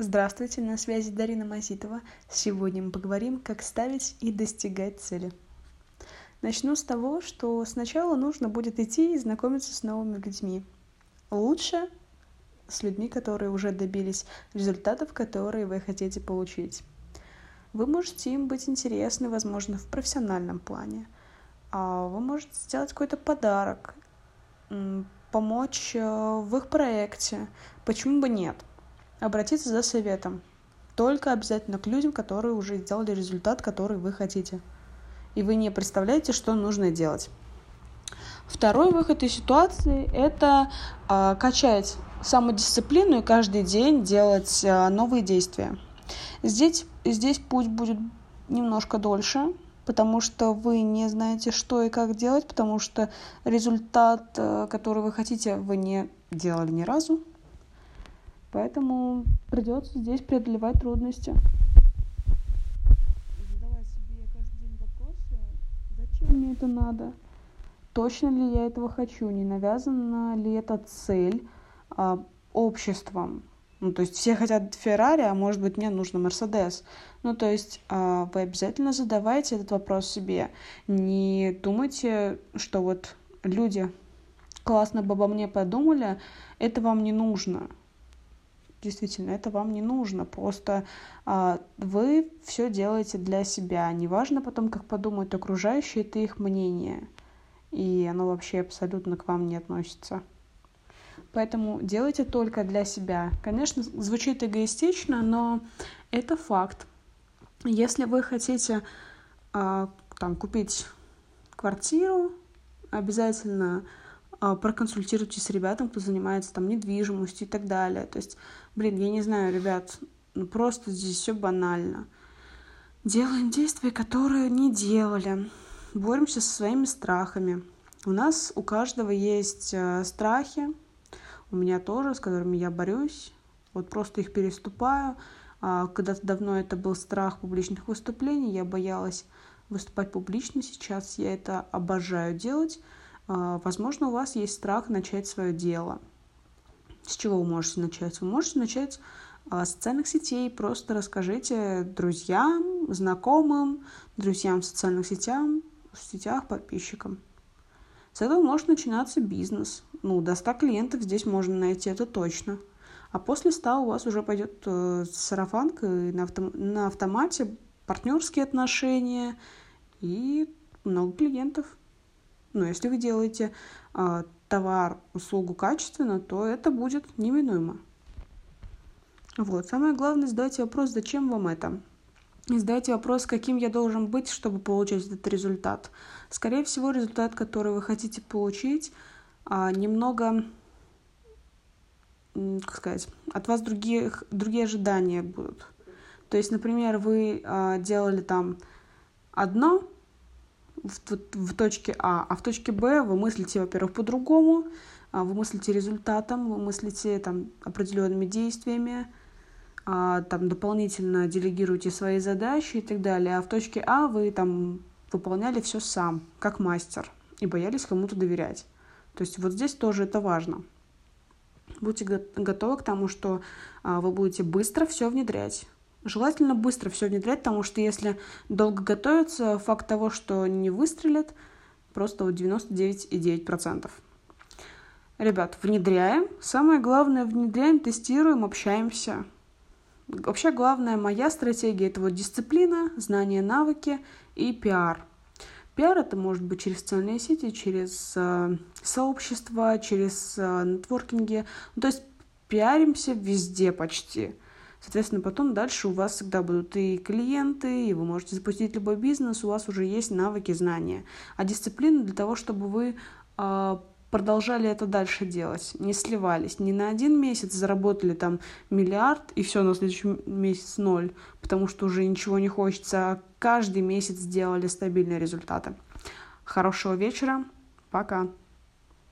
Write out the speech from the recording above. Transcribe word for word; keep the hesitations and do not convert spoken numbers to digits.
Здравствуйте, на связи Дарина Мазитова. Сегодня мы поговорим, как ставить и достигать цели. Начну с того, что сначала нужно будет идти и знакомиться с новыми людьми. Лучше с людьми, которые уже добились результатов, которые вы хотите получить. Вы можете им быть интересны, возможно, в профессиональном плане. Вы можете сделать какой-то подарок, помочь в их проекте. Почему бы нет? Обратиться за советом. Только обязательно к людям, которые уже сделали результат, который вы хотите. И вы не представляете, что нужно делать. Второй выход из ситуации – это э, качать самодисциплину и каждый день делать э, новые действия. Здесь, здесь путь будет немножко дольше, потому что вы не знаете, что и как делать, потому что результат, э, который вы хотите, вы не делали ни разу. Поэтому придется здесь преодолевать трудности. Задавать себе каждый день вопросы, зачем мне это надо? Точно ли я этого хочу? Не навязана ли эта цель а, обществом? Ну, то есть все хотят Феррари, а может быть мне нужно Мерседес. Ну, то есть а, вы обязательно задавайте этот вопрос себе. Не думайте, что вот люди классно бы обо мне подумали, это вам не нужно. Действительно, это вам не нужно. Просто а, вы все делаете для себя. Неважно потом, как подумают окружающие, это их мнение. И оно вообще абсолютно к вам не относится. Поэтому делайте только для себя. Конечно, звучит эгоистично, но это факт. Если вы хотите а, там, купить квартиру, обязательно проконсультируйтесь с ребятами, кто занимается там недвижимостью и так далее. То есть, блин, я не знаю, ребят, ну просто здесь все банально. Делаем действия, которые не делали. Боремся со своими страхами. У нас у каждого есть э, страхи. У меня тоже, с которыми я борюсь. Вот просто их переступаю. А, когда-то давно это был страх публичных выступлений. Я боялась выступать публично. Сейчас я это обожаю делать. Возможно, у вас есть страх начать свое дело. С чего вы можете начать? Вы можете начать с социальных сетей. Просто расскажите друзьям, знакомым, друзьям в социальных сетях, в сетях, подписчикам. С этого может начинаться бизнес. Ну, до ста клиентов здесь можно найти, это точно. А после ста у вас уже пойдет сарафанка на, автом- на автомате, партнерские отношения и много клиентов. Но если вы делаете э, товар, услугу качественно, то это будет неминуемо. Вот. Самое главное, задайте вопрос, зачем вам это? И задайте вопрос, каким я должен быть, чтобы получить этот результат. Скорее всего, результат, который вы хотите получить, э, немного, э, как сказать, от вас других, другие ожидания будут. То есть, например, вы э, делали там одно, В, в точке А, а в точке Б вы мыслите, во-первых, по-другому, вы мыслите результатом, вы мыслите там, определенными действиями, там, дополнительно делегируете свои задачи и так далее. А в точке А вы там выполняли все сам, как мастер, и боялись кому-то доверять. То есть вот здесь тоже это важно. Будьте готовы к тому, что вы будете быстро все внедрять. Желательно быстро все внедрять, потому что если долго готовиться, факт того, что не выстрелит, просто вот девяносто девять целых девять десятых процента. Ребят, внедряем. Самое главное, внедряем, тестируем, общаемся. Вообще главная моя стратегия – это вот дисциплина, знания, навыки и пиар. Пиар – это может быть через социальные сети, через э, сообщества, через э, нетворкинги. Ну, то есть пиаримся везде почти. Соответственно, потом дальше у вас всегда будут и клиенты, и вы можете запустить любой бизнес, у вас уже есть навыки, знания. А дисциплина для того, чтобы вы э, продолжали это дальше делать, не сливались. Не на один месяц заработали там миллиард, и все, на следующий месяц ноль, потому что уже ничего не хочется, а каждый месяц сделали стабильные результаты. Хорошего вечера, пока!